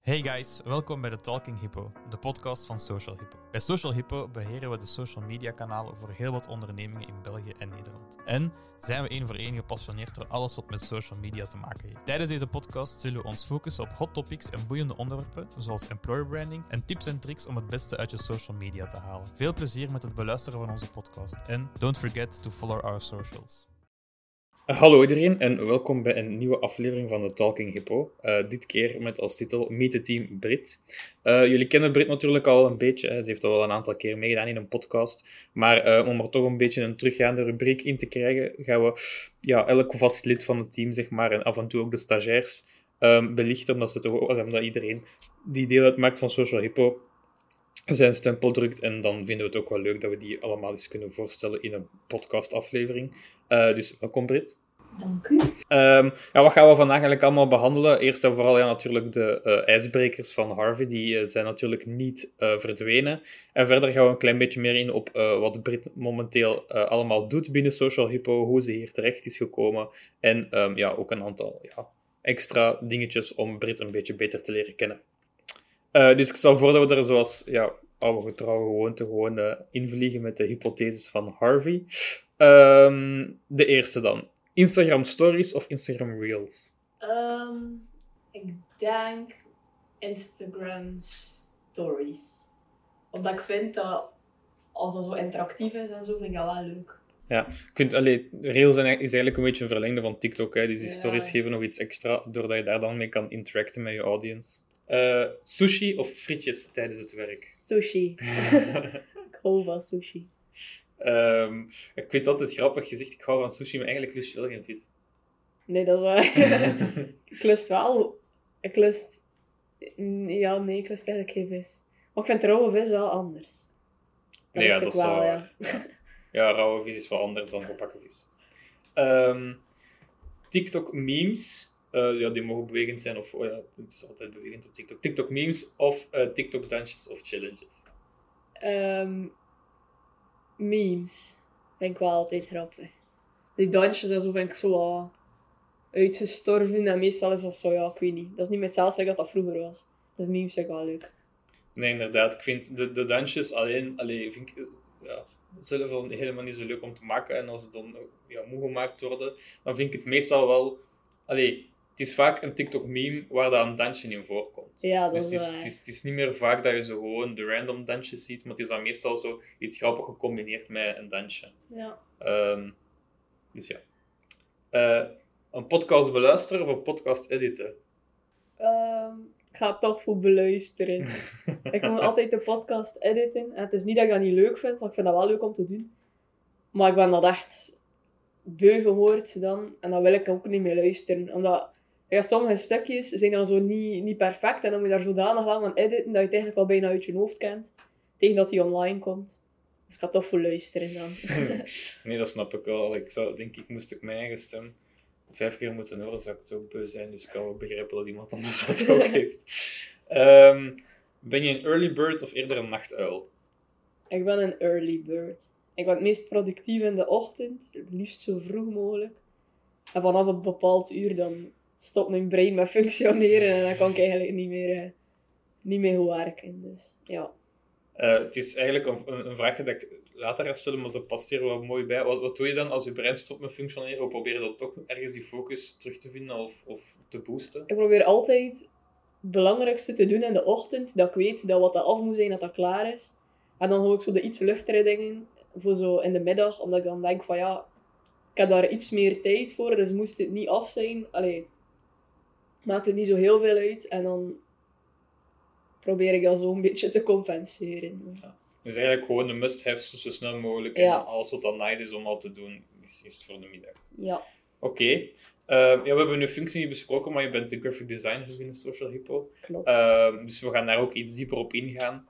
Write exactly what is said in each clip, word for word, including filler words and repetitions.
Hey guys, welkom bij de Talking Hippo, de podcast van Social Hippo. Bij Social Hippo beheren we de social media kanalen voor heel wat ondernemingen in België en Nederland. En zijn we één voor één gepassioneerd door alles wat met social media te maken heeft. Tijdens deze podcast zullen we ons focussen op hot topics en boeiende onderwerpen, zoals employer branding en tips en tricks om het beste uit je social media te halen. Veel plezier met het beluisteren van onze podcast en don't forget to follow our socials. Hallo iedereen en welkom bij een nieuwe aflevering van de Talking Hippo. Uh, dit keer met als titel Meet the Team Brit. Uh, jullie kennen Brit natuurlijk al een beetje. Hè. Ze heeft al wel een aantal keer meegedaan in een podcast. Maar uh, om er toch een beetje een teruggaande rubriek in te krijgen, gaan we ja, elk vast lid van het team, zeg maar, en af en toe ook de stagiairs um, belichten, omdat, ze toch, omdat iedereen die deel uitmaakt van Social Hippo zijn stempel drukt. En dan vinden we het ook wel leuk dat we die allemaal eens kunnen voorstellen in een podcastaflevering. Uh, dus welkom Brit. Dank u. Um, ja, wat gaan we vandaag eigenlijk allemaal behandelen? Eerst en vooral ja, natuurlijk de uh, ijsbrekers van Harvey. Die uh, zijn natuurlijk niet uh, verdwenen. En verder gaan we een klein beetje meer in op uh, wat Brit momenteel uh, allemaal doet binnen Social Hippo. Hoe ze hier terecht is gekomen. En um, ja, ook een aantal ja, extra dingetjes om Brit een beetje beter te leren kennen. Uh, dus ik stel voor dat we er zoals ja, oude getrouwe gewoonte gewoon uh, invliegen met de hypotheses van Harvey. Um, de eerste dan. Instagram Stories of Instagram Reels? Um, ik denk Instagram Stories. Omdat ik vind dat als dat zo interactief is en zo, vind ik dat wel leuk. Ja, je kunt, allee, Reels is eigenlijk een beetje een verlengde van TikTok. Hè. Dus die ja. stories geven nog iets extra, doordat je daar dan mee kan interacten met je audience. Uh, sushi of frietjes tijdens het werk? Sushi. Ik hou van sushi. Um, ik vind altijd grappig gezegd, ik hou van sushi, maar eigenlijk lust je wel geen vis. Nee, dat is waar. Ik lust wel... Ik lust... Ja, nee, ik lust eigenlijk geen vis. Maar ik vind rauwe vis wel anders. Dat nee, ja, dat is wel, wel... ja. Ja. ja, rauwe vis is wel anders dan gebakken vis. Um, TikTok memes... Uh, ja, die mogen bewegend zijn, of... Oh ja, het is altijd bewegend op TikTok. TikTok memes of uh, TikTok dansjes of challenges? Um, memes. Vind ik wel altijd grappig. Die dansjes en zo vind ik zo uh, uitgestorven. En meestal is dat zo, ja, ik weet niet. Dat is niet met hetzelfde dat dat vroeger was. Dus memes vind ik wel leuk. Nee, inderdaad. Ik vind de, de dansjes alleen... Allee, vind ik... Ja, zelf al helemaal niet zo leuk om te maken. En als het dan ja, moe gemaakt worden, dan vind ik het meestal wel... Allee, het is vaak een TikTok-meme waar dat een dansje in voorkomt. Ja, dat dus is het is, waar. het, is, het is niet meer vaak dat je zo gewoon de random dansjes ziet, maar het is dan meestal zo iets grappig gecombineerd met een dansje. Ja. Um, dus ja. Uh, een podcast beluisteren of een podcast editen? Um, ik ga het toch voor beluisteren. Ik moet altijd de podcast editen. En het is niet dat ik dat niet leuk vind, want ik vind dat wel leuk om te doen. Maar ik ben dat echt beu gehoord dan. En dan wil ik ook niet meer luisteren. Omdat ja, sommige stukjes zijn dan zo niet, niet perfect. En dan moet je daar zodanig lang aan editen dat je het eigenlijk al bijna uit je hoofd kent. Tegen dat die online komt. Dus ik ga toch voor luisteren dan. Nee, dat snap ik wel. Ik zou, denk ik, moest ik mijn eigen stem vijf keer moeten horen, zou ik het ook beu zijn. Dus ik kan wel begrijpen dat iemand anders dat ook heeft. Um, ben je een early bird of eerder een nachtuil? Ik ben een early bird. Ik ben het meest productief in de ochtend. Het liefst zo vroeg mogelijk. En vanaf een bepaald uur dan stopt mijn brein met functioneren. En dan kan ik eigenlijk niet meer, uh, niet meer goed werken. Dus ja. Uh, het is eigenlijk een, een vraag dat ik later ga stellen, maar ze past hier wel mooi bij. Wat, wat doe je dan als je brein stopt met functioneren? Of probeer je dan toch ergens die focus terug te vinden of, of te boosten? Ik probeer altijd het belangrijkste te doen in de ochtend. Dat ik weet dat wat dat af moet zijn, dat dat klaar is. En dan hou ik zo de iets luchtere dingen voor zo in de middag. Omdat ik dan denk van ja, ik heb daar iets meer tijd voor. Dus moest het niet af zijn, allee, maakt het niet zo heel veel uit. En dan probeer ik dat zo een beetje te compenseren. Ja. Dus eigenlijk gewoon de must-haves zo snel mogelijk. Ja. En alles wat dan nice is om al te doen, is, is voor de middag. Ja. Oké. Okay. Uh, ja, we hebben nu functie niet besproken, maar je bent de graphic designer binnen Social Hippo. Klopt. Uh, dus we gaan daar ook iets dieper op ingaan.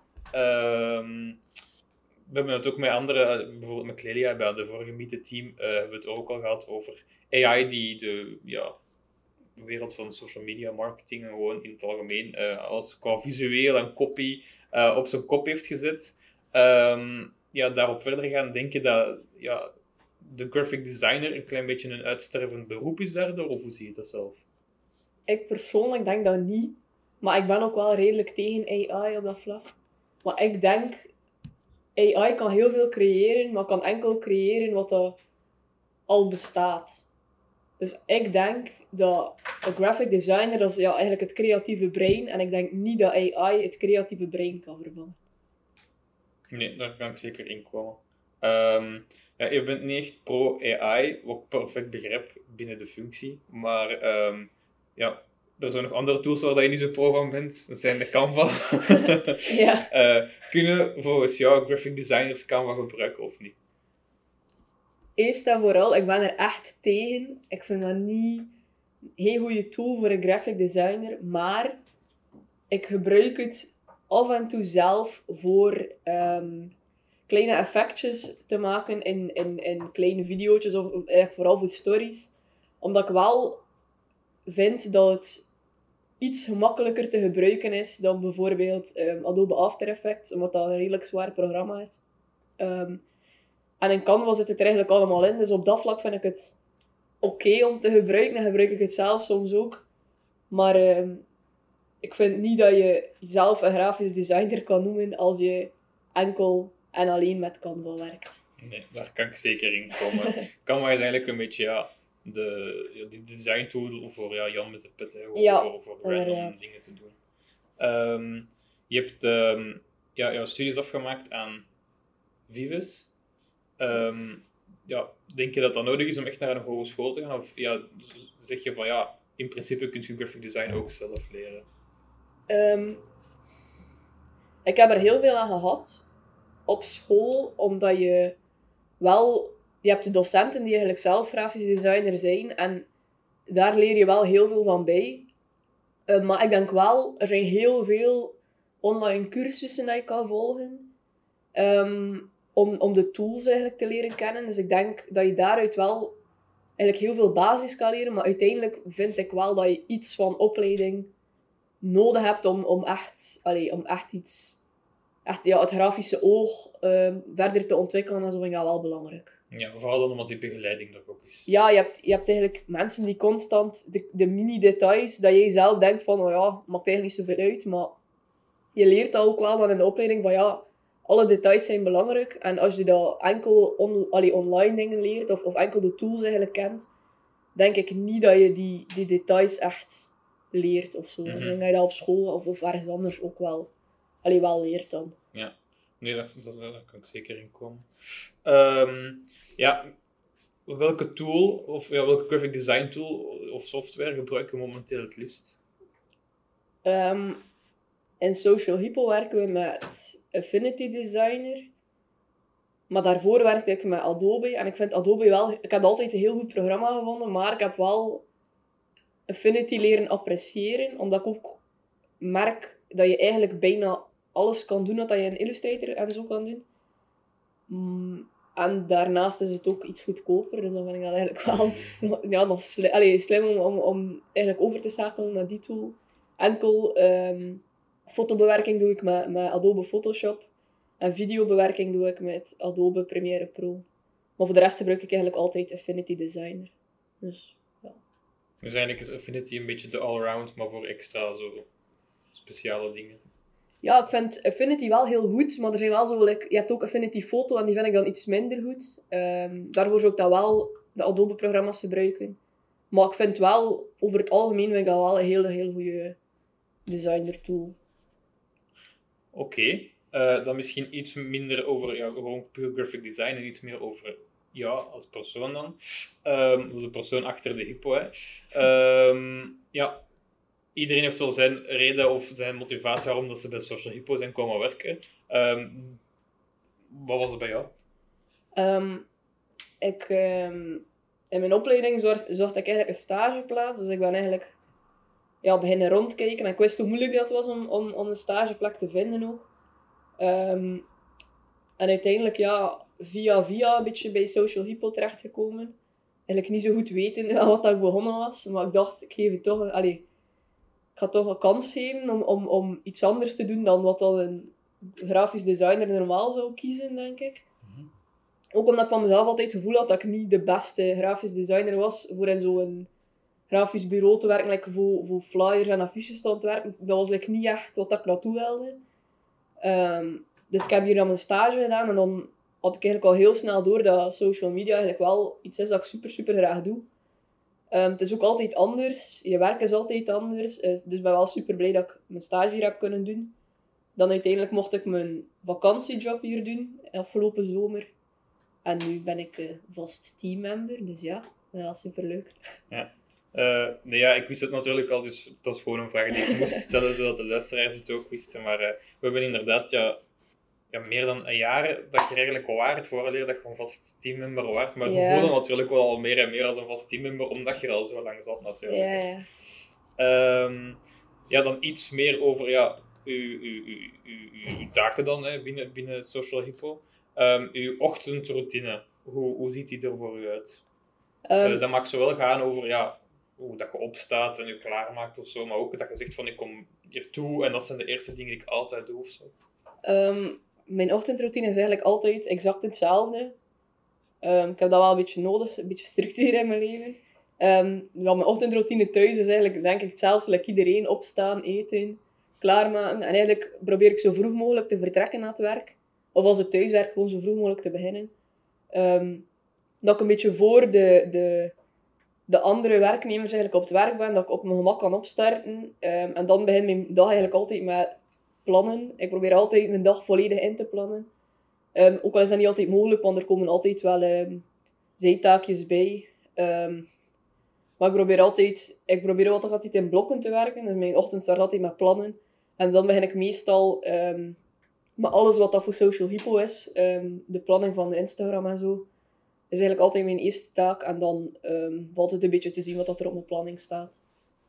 Uh, we hebben het ook met andere, bijvoorbeeld met Clelia, bij de vorige Meet the Team, uh, hebben we het ook al gehad over A I die de ja, wereld van social media marketing en gewoon in het algemeen uh, als qua visueel en copy uh, op zijn kop heeft gezet. Um, ja, daarop verder gaan denken dat ja, de graphic designer een klein beetje een uitstervend beroep is daardoor, of hoe zie je dat zelf? Ik persoonlijk denk dat niet. Maar ik ben ook wel redelijk tegen A I op dat vlak. Maar ik denk, A I kan heel veel creëren, maar kan enkel creëren wat er al bestaat. Dus ik denk dat een graphic designer, dat is ja, eigenlijk het creatieve brein. En ik denk niet dat A I het creatieve brein kan vervangen. Nee, daar kan ik zeker in komen. Um, ja, je bent niet echt pro-A I, wat ik perfect begrijp binnen de functie. Maar um, ja, er zijn nog andere tools waar je niet zo pro van bent. Dat zijn de Canva. Ja. uh, kunnen volgens jou graphic designers Canva gebruiken of niet? Eerst en vooral, ik ben er echt tegen. Ik vind dat niet een heel goede tool voor een graphic designer. Maar ik gebruik het af en toe zelf voor um, kleine effectjes te maken in, in, in kleine video's. Of eigenlijk vooral voor stories. Omdat ik wel vind dat het iets gemakkelijker te gebruiken is dan bijvoorbeeld um, Adobe After Effects. Omdat dat een redelijk zwaar programma is. Um, En in Canva zit het er eigenlijk allemaal in. Dus op dat vlak vind ik het oké okay om te gebruiken. En gebruik ik het zelf soms ook. Maar uh, ik vind niet dat je jezelf een grafisch designer kan noemen als je enkel en alleen met Canva werkt. Nee, daar kan ik zeker in komen. Canva is eigenlijk een beetje ja, de, ja, die design tool voor ja, Jan met de pet. Hè, ja, voor, voor random inderdaad. Dingen te doen. Um, je hebt um, ja, jouw studies afgemaakt aan Vives. Um, ja, denk je dat dat nodig is om echt naar een hogeschool te gaan? Of ja, zeg je van ja, in principe kun je graphic design ook zelf leren? Um, ik heb er heel veel aan gehad op school, omdat je wel... Je hebt de docenten die eigenlijk zelf grafisch designer zijn en daar leer je wel heel veel van bij. Uh, maar ik denk wel, er zijn heel veel online cursussen die je kan volgen. Um, Om, om de tools eigenlijk te leren kennen. Dus ik denk dat je daaruit wel eigenlijk heel veel basis kan leren. Maar uiteindelijk vind ik wel dat je iets van opleiding nodig hebt om, om, echt, allee, om echt iets... Echt, ja, het grafische oog uh, verder te ontwikkelen. En zo vind ik dat wel belangrijk. Ja, vooral dan omdat die begeleiding er ook is. Ja, je hebt, je hebt eigenlijk mensen die constant de, de mini-details, dat jij zelf denkt van, oh ja, maakt eigenlijk niet zoveel uit. Maar je leert dat ook wel dan in de opleiding van, ja, alle details zijn belangrijk. En als je dat enkel on, allee, online dingen leert, of, of enkel de tools eigenlijk kent, denk ik niet dat je die, die details echt leert of zo. Mm-hmm. Ik denk dat je dat op school of, of ergens anders ook wel, allee, wel leert dan. Ja, nee, dat, dat, daar kan ik zeker in komen. Um, ja, welke tool, of ja, welke graphic design tool of software gebruik je momenteel het liefst? Um, in Social Hippo werken we met Affinity Designer. Maar daarvoor werkte ik met Adobe. En ik vind Adobe wel... Ik heb altijd een heel goed programma gevonden. Maar ik heb wel Affinity leren appreciëren. Omdat ik ook merk dat je eigenlijk bijna alles kan doen wat je in Illustrator en zo kan doen. Mm, en daarnaast is het ook iets goedkoper. Dus dan vind ik dat eigenlijk wel ja, nog sli- Allee, slim om, om, om eigenlijk over te schakelen naar die tool. Enkel um, fotobewerking doe ik met, met Adobe Photoshop. En videobewerking doe ik met Adobe Premiere Pro. Maar voor de rest gebruik ik eigenlijk altijd Affinity Designer. Dus, ja. Dus eigenlijk is Affinity een beetje de allround, maar voor extra zo speciale dingen. Ja, ik vind Affinity wel heel goed, maar er zijn wel zo... Like, je hebt ook Affinity Photo en die vind ik dan iets minder goed. Um, daarvoor zou ik dat wel, de Adobe-programma's gebruiken. Maar ik vind wel, over het algemeen vind ik dat wel een hele, heel goede designer tool. Oké. Okay. Uh, dan misschien iets minder over ja, gewoon puur graphic design en iets meer over jou als persoon dan. Um, de persoon achter de Hippo. Hè. Um, ja, iedereen heeft wel zijn reden of zijn motivatie waarom dat ze bij Social Hippo zijn komen werken. Um, wat was het bij jou? Um, ik, um, in mijn opleiding zocht, zocht ik eigenlijk een stageplaats. Dus ik ben eigenlijk ja, beginnen rondkijken. En ik wist hoe moeilijk dat was om, om, om een stageplek te vinden ook. Um, en uiteindelijk, ja, via via een beetje bij Social Hippo terechtgekomen. Eigenlijk niet zo goed weten wat dat ik begonnen was. Maar ik dacht, ik geef het toch een, allee, ik ga toch een kans geven om, om, om iets anders te doen dan wat dan een grafisch designer normaal zou kiezen, denk ik. Mm-hmm. Ook omdat ik van mezelf altijd het gevoel had dat ik niet de beste grafisch designer was voor in zo'n grafisch bureau te werken, like voor, voor flyers en affiches te werken. Dat was like, niet echt wat ik naartoe wilde. Um, dus ik heb hier dan mijn stage gedaan en dan had ik eigenlijk al heel snel door dat social media eigenlijk wel iets is dat ik super, super graag doe. Um, het is ook altijd anders. Je werk is altijd anders. Dus ik ben wel super blij dat ik mijn stage hier heb kunnen doen. Dan uiteindelijk mocht ik mijn vakantiejob hier doen, afgelopen zomer. En nu ben ik uh, vast teammember, dus ja, dat is super leuk. Ja. Uh, nee, ja, ik wist het natuurlijk al, dus het was gewoon een vraag die ik moest stellen, zodat de luisteraars het ook wisten. Maar uh, we hebben inderdaad ja, ja, meer dan een jaar dat je er eigenlijk al waard vooraleer dat je gewoon vast teammember waard. Maar ja. je voelde natuurlijk wel al meer en meer als een vast teammember, omdat je er al zo lang zat natuurlijk. Ja, ja. Um, ja, dan iets meer over ja, uw, uw, uw, uw, uw taken dan hè, binnen, binnen Social Hippo. Um, uw ochtendroutine, hoe, hoe ziet die er voor u uit? Um, uh, dat mag zowel gaan over ja, hoe dat je opstaat en je klaarmaakt of zo, maar ook dat je zegt van ik kom hier toe en dat zijn de eerste dingen die ik altijd doe of zo. Um, mijn ochtendroutine is eigenlijk altijd exact hetzelfde. Um, ik heb dat wel een beetje nodig, een beetje structuur in mijn leven. Um, ja, mijn ochtendroutine thuis is eigenlijk, denk ik, hetzelfde like iedereen. Opstaan, eten, klaarmaken. En eigenlijk probeer ik zo vroeg mogelijk te vertrekken naar het werk. Of als ik thuis werk, gewoon zo vroeg mogelijk te beginnen. Um, dat ik een beetje voor de, de, de andere werknemers eigenlijk op het werk ben. Dat ik op mijn gemak kan opstarten. Um, en dan begint mijn dag eigenlijk altijd met plannen. Ik probeer altijd mijn dag volledig in te plannen. Um, ook al is dat niet altijd mogelijk, want er komen altijd wel um, zijtaakjes bij. Um, maar ik probeer altijd, ik probeer altijd, altijd in blokken te werken. Dus mijn ochtend start altijd met plannen. En dan begin ik meestal um, met alles wat dat voor Social Hippo is. Um, de planning van de Instagram en zo. Is eigenlijk altijd mijn eerste taak. En dan um, valt het een beetje te zien wat dat er op mijn planning staat.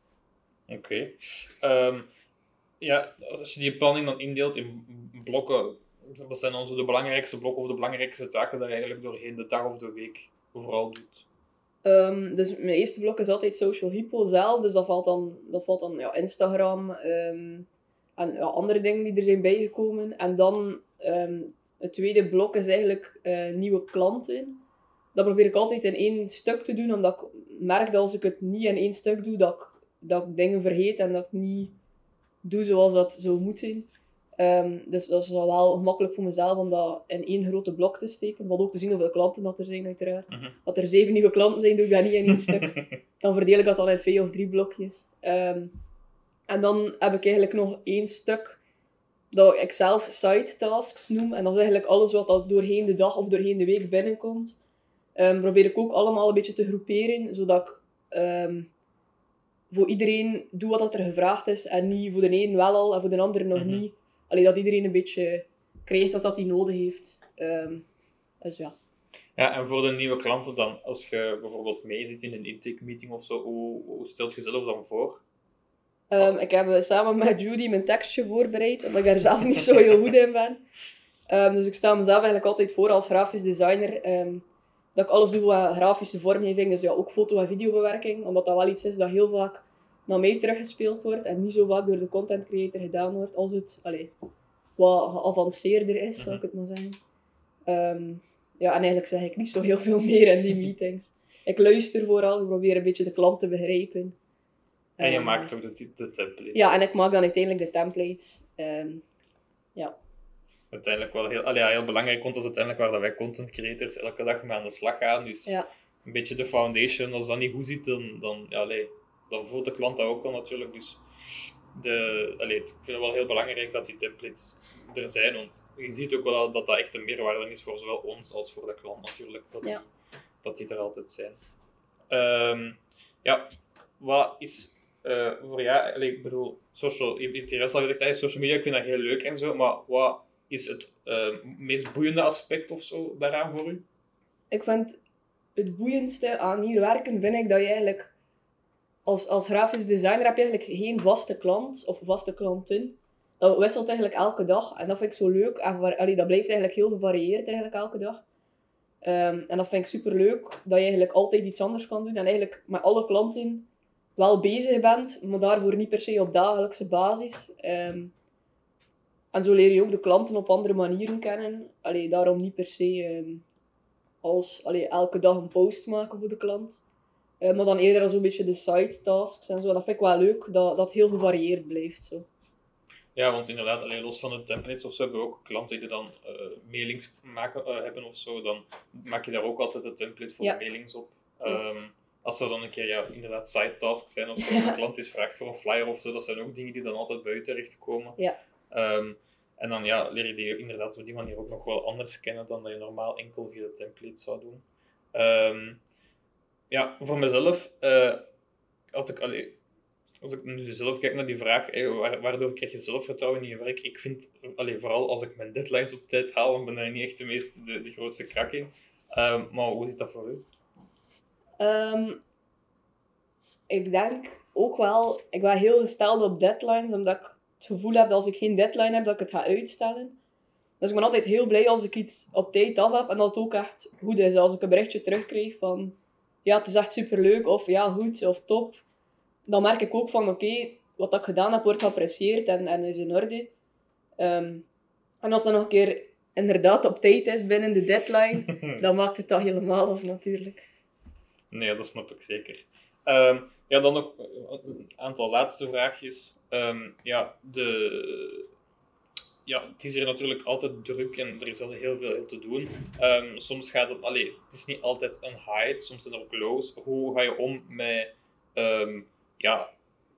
Oké. Okay. Um, ja, als je die planning dan indeelt in blokken, wat zijn dan zo de belangrijkste blokken of de belangrijkste taken dat je eigenlijk doorheen de dag of de week overal doet? Um, dus mijn eerste blok is altijd Social Hippo zelf. Dus dat valt dan, dat valt dan ja, Instagram um, en ja, andere dingen die er zijn bijgekomen. En dan um, het tweede blok is eigenlijk uh, nieuwe klanten. Dat probeer ik altijd in één stuk te doen, omdat ik merk dat als ik het niet in één stuk doe, dat ik, dat ik dingen vergeet en dat ik niet doe zoals dat zou moeten. Um, dus dat is wel gemakkelijk voor mezelf om dat in één grote blok te steken. Valt ook te zien hoeveel klanten dat er zijn, uiteraard. Uh-huh. Als er zeven nieuwe klanten zijn, doe ik dat niet in één stuk. Dan verdeel ik dat dan in twee of drie blokjes. Um, en dan heb ik eigenlijk nog één stuk dat ik zelf side tasks noem. En dat is eigenlijk alles wat dat doorheen de dag of doorheen de week binnenkomt. Um, probeer ik ook allemaal een beetje te groeperen, zodat ik um, voor iedereen doe wat er gevraagd is. En niet voor de een wel al en voor de ander nog uh-huh. niet. Allee, dat iedereen een beetje krijgt wat dat hij nodig heeft. Um, dus ja. Ja, en voor de nieuwe klanten dan, als je bijvoorbeeld meezit in een intake meeting of zo, hoe, hoe stelt je jezelf dan voor? Um, ik heb samen met Judy mijn tekstje voorbereid, omdat ik daar zelf niet zo heel goed in ben. Um, dus ik stel mezelf eigenlijk altijd voor als grafisch designer, um, dat ik alles doe wat grafische vormgeving, dus ja, ook foto- en videobewerking, omdat dat wel iets is dat heel vaak naar mij teruggespeeld wordt en niet zo vaak door de content creator gedaan wordt als het allee, wat geavanceerder is, zou ik het maar zeggen. Um, ja, en eigenlijk zeg ik niet zo heel veel meer in die meetings. Ik luister vooral, ik probeer een beetje de klant te begrijpen. En je um, maakt ook de, de templates. Ja, en ik maak dan uiteindelijk de templates. Um, ja. Uiteindelijk wel heel, allee, ja, heel belangrijk, want dat is uiteindelijk waar dat wij content creators elke dag mee aan de slag gaan. Dus ja. Een beetje de foundation, als dat niet goed zit, dan, dan, ja, allee, dan voelt de klant dat ook wel natuurlijk. Dus de, allee, ik vind het wel heel belangrijk dat die templates er zijn, want je ziet ook wel dat dat echt een meerwaarde is voor zowel ons als voor de klant natuurlijk, dat, ja. dat die er altijd zijn. Um, ja, wat is uh, voor jou, allee, ik bedoel, social, je hebt hier al gezegd, hey, social media, ik vind dat heel leuk en zo, maar wat is het uh, meest boeiende aspect of zo daaraan voor u? Ik vind het boeiendste aan hier werken, vind ik dat je eigenlijk als, als grafisch designer heb je eigenlijk geen vaste klant of vaste klantin. Dat wisselt eigenlijk elke dag en dat vind ik zo leuk. En var- allee, dat blijft eigenlijk heel gevarieerd eigenlijk elke dag. Um, en dat vind ik super leuk, dat je eigenlijk altijd iets anders kan doen en eigenlijk met alle klanten wel bezig bent, maar daarvoor niet per se op dagelijkse basis. Um, en zo leer je ook de klanten op andere manieren kennen. Allee, daarom niet per se um, als allee, elke dag een post maken voor de klant. Uh, maar dan eerder zo'n beetje de side tasks en zo. Dat vind ik wel leuk, dat, dat het heel gevarieerd blijft. Zo. Ja, want inderdaad, alleen los van de templates of zo hebben we ook klanten die dan uh, mailings maken, uh, hebben of zo. Dan maak je daar ook altijd een template voor ja. de mailings op. Um, als er dan een keer ja, inderdaad side tasks zijn of zo, als een klant is vraagt voor een flyer of zo, dat zijn ook dingen die dan altijd buiten terechtkomen. Ja. Um, en dan ja, leer je die inderdaad op die manier ook nog wel anders kennen dan dat je normaal enkel via de template zou doen. Um, ja, voor mezelf uh, had ik... Allee, als ik nu zelf kijk naar die vraag, hey, waardoor krijg je zelfvertrouwen in je werk? Ik vind, allee, vooral als ik mijn deadlines op tijd haal, dan ben daar niet echt de, meest, de, de grootste krak in. Um, maar hoe is dat voor u? Um, ik denk ook wel, ik ben heel gesteld op deadlines, omdat ik het gevoel heb dat als ik geen deadline heb, dat ik het ga uitstellen. Dus ik ben altijd heel blij als ik iets op tijd af heb en dat het ook echt goed is. Als ik een berichtje terugkrijg van, ja, het is echt superleuk, of ja, goed, of top. Dan merk ik ook van, oké, okay, wat ik gedaan heb, wordt geapprecieerd en, en is in orde. Um, en als dat nog een keer inderdaad op tijd is binnen de deadline, dan maakt het dat helemaal af natuurlijk. Nee, dat snap ik zeker. Um, ja, dan nog een aantal laatste vraagjes. Um, ja, de... ja, het is hier natuurlijk altijd druk en er is al heel veel te doen. Um, soms gaat het... Allee, het is niet altijd een high, soms zijn er ook lows. Hoe ga je om met... Um, ja,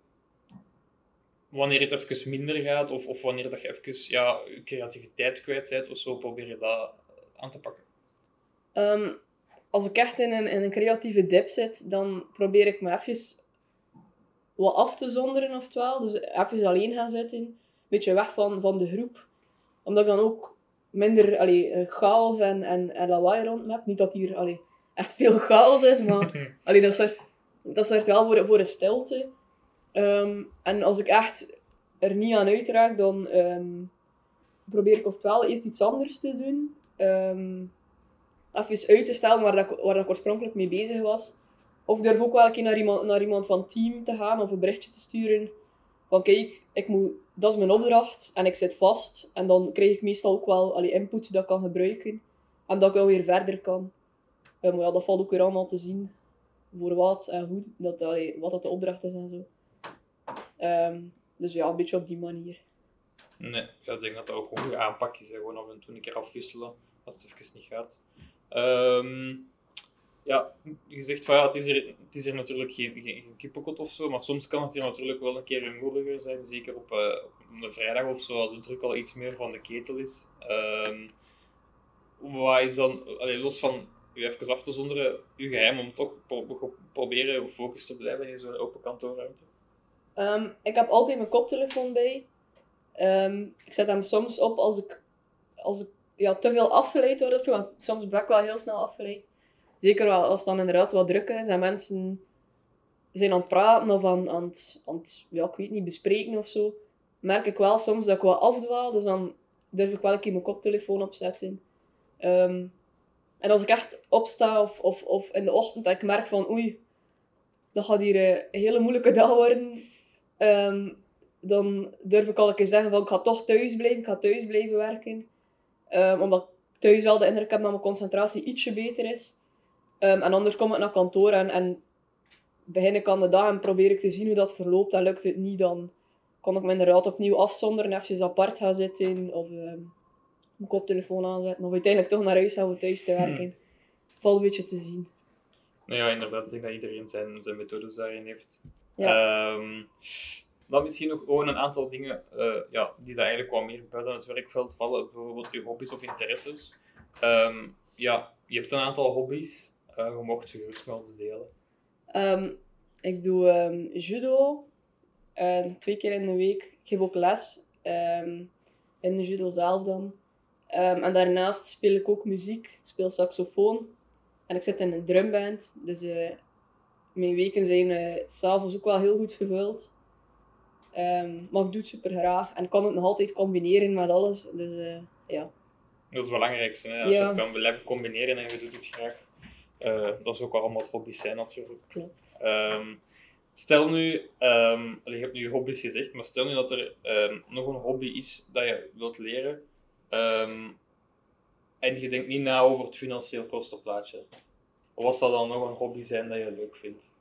wanneer het even minder gaat, of, of wanneer dat je even ja, je creativiteit kwijt bent, of zo, probeer je dat aan te pakken? Um, als ik echt in een, in een creatieve dip zit, dan probeer ik me even wat af te zonderen, oftewel. Dus even alleen gaan zitten, een beetje weg van, van de groep. Omdat ik dan ook minder allee, chaos en, en, en lawaai rond me heb. Niet dat hier allee, echt veel chaos is, maar allee, dat zorgt... Dat zorgt wel voor, voor een stilte. Um, en als ik echt er niet aan uitraak, dan um, probeer ik oftewel eerst iets anders te doen. Um, even uit te stellen waar, dat ik, waar dat ik oorspronkelijk mee bezig was. Of durf ook wel een keer naar iemand, naar iemand van het team te gaan of een berichtje te sturen. Van kijk, ik moet, dat is mijn opdracht en ik zit vast. En dan krijg ik meestal ook wel allee, input dat ik kan gebruiken. En dat ik wel weer verder kan. Um, maar ja, dat valt ook weer allemaal te zien. Voor wat en hoe, dat, allee, wat dat de opdracht is en zo. Um, dus ja, een beetje op die manier. Nee, ik denk dat dat ook een goede aanpak is. Hè. Gewoon af en toe een keer afwisselen, als het even niet gaat. Um, ja, je zegt van ja, het is hier, het is hier natuurlijk geen, geen, geen kippenkot of zo, maar soms kan het hier natuurlijk wel een keer rumoeriger zijn. Zeker op, uh, op een vrijdag of zo, als de druk al iets meer van de ketel is. Um, wat is dan, allee, los van... u even af te zonderen, uw geheim om toch pro- proberen gefocust te blijven in zo'n open kantoorruimte? Um, ik heb altijd mijn koptelefoon bij. Um, ik zet hem soms op als ik, als ik ja, te veel afgeleid word of zo, want soms ben ik wel heel snel afgeleid. Zeker wel als het dan inderdaad wat drukker is en mensen zijn aan het praten of aan, aan, het, aan het, ja, ik weet niet, bespreken of zo. Merk ik wel soms dat ik wat afdwaal, dus dan durf ik wel een keer mijn koptelefoon opzetten. Um, En als ik echt opsta of, of, of in de ochtend en ik merk van oei, dat gaat hier een hele moeilijke dag worden, um, dan durf ik al een keer zeggen van ik ga toch thuis blijven, ik ga thuis blijven werken. Um, omdat ik thuis wel de indruk heb dat mijn concentratie ietsje beter is. Um, en anders kom ik naar kantoor en, en begin ik aan de dag en probeer ik te zien hoe dat verloopt. En lukt het niet, dan kan ik me inderdaad opnieuw afzonderen, even apart gaan zitten of... Um, mijn koptelefoon aanzetten, of uiteindelijk toch naar huis gaan om thuis te werken. Hmm. Valt een beetje te zien. Nou ja, inderdaad. Ik denk dat iedereen zijn, zijn methodes daarin heeft. Ja. Um, dan misschien nog gewoon een aantal dingen uh, ja, die daar eigenlijk wat meer buiten het werkveld vallen. Bijvoorbeeld je hobby's of interesses. Um, ja, je hebt een aantal hobby's. Uh, je mocht ze gerust met ons delen. Um, ik doe um, judo. Uh, twee keer in de week. Ik geef ook les. Um, in de judo zelf dan. Um, en daarnaast speel ik ook muziek. Ik speel saxofoon. En ik zit in een drumband. Dus uh, mijn weken zijn uh, s'avonds ook wel heel goed gevuld. Um, maar ik doe het super graag. En ik kan het nog altijd combineren met alles. Dus uh, ja. Dat is het belangrijkste. Hè? Als ja. je het kan blijven combineren en je doet het graag. Uh, dat is ook wel allemaal hobby's zijn natuurlijk. Klopt. Um, stel nu, um, je hebt nu je hobby's gezegd, maar stel nu dat er um, nog een hobby is dat je wilt leren. Um, en je denkt niet na over het financieel kostenplaatje. Wat zou dan nog een hobby zijn dat je leuk vindt?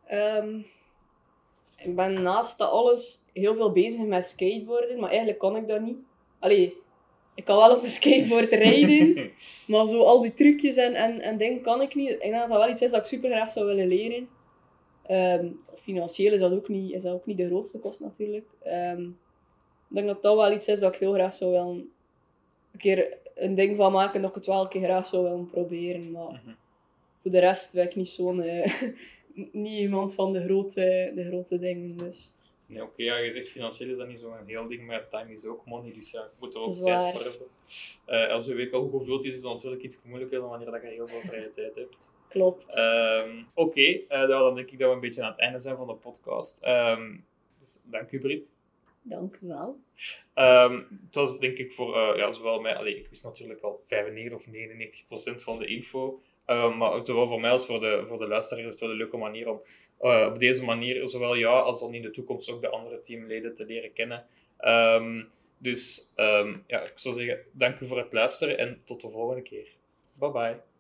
Um, ik ben naast dat alles heel veel bezig met skateboarden, maar eigenlijk kan ik dat niet. Allee, ik kan wel op een skateboard rijden, maar zo al die trucjes en, en, en dingen kan ik niet. Ik denk dat dat wel iets is dat ik super graag zou willen leren. Um, financieel is dat, ook niet, is dat ook niet de grootste kost natuurlijk. Um, ik denk dat dat wel iets is dat ik heel graag zou willen een keer een ding van maken, dat ik het wel een keer graag zou willen proberen. Maar mm-hmm. voor de rest ben ik niet zo'n... Uh, niet iemand van de grote, de grote dingen, dus... Nee, oké, okay, ja, je zegt financieel is dat niet zo'n heel ding, maar time is ook money, dus ja, je moet er ook tijd voor hebben. Uh, als je week al goed gevuld is, is het natuurlijk iets moeilijker dan wanneer je heel veel vrije tijd hebt. Klopt. Um, oké, okay, uh, dan denk ik dat we een beetje aan het einde zijn van de podcast. Um, dus, dank u, Brit. Dank u wel. Um, het was denk ik voor, uh, ja, zowel mij, allee, ik wist natuurlijk al vijfennegentig of negenennegentig procent van de info, uh, maar zowel voor mij als voor de, voor de luisteraars is het wel een leuke manier om uh, op deze manier, zowel jou als dan in de toekomst ook de andere teamleden te leren kennen. Um, dus um, ja, ik zou zeggen, dank u voor het luisteren en tot de volgende keer. Bye bye.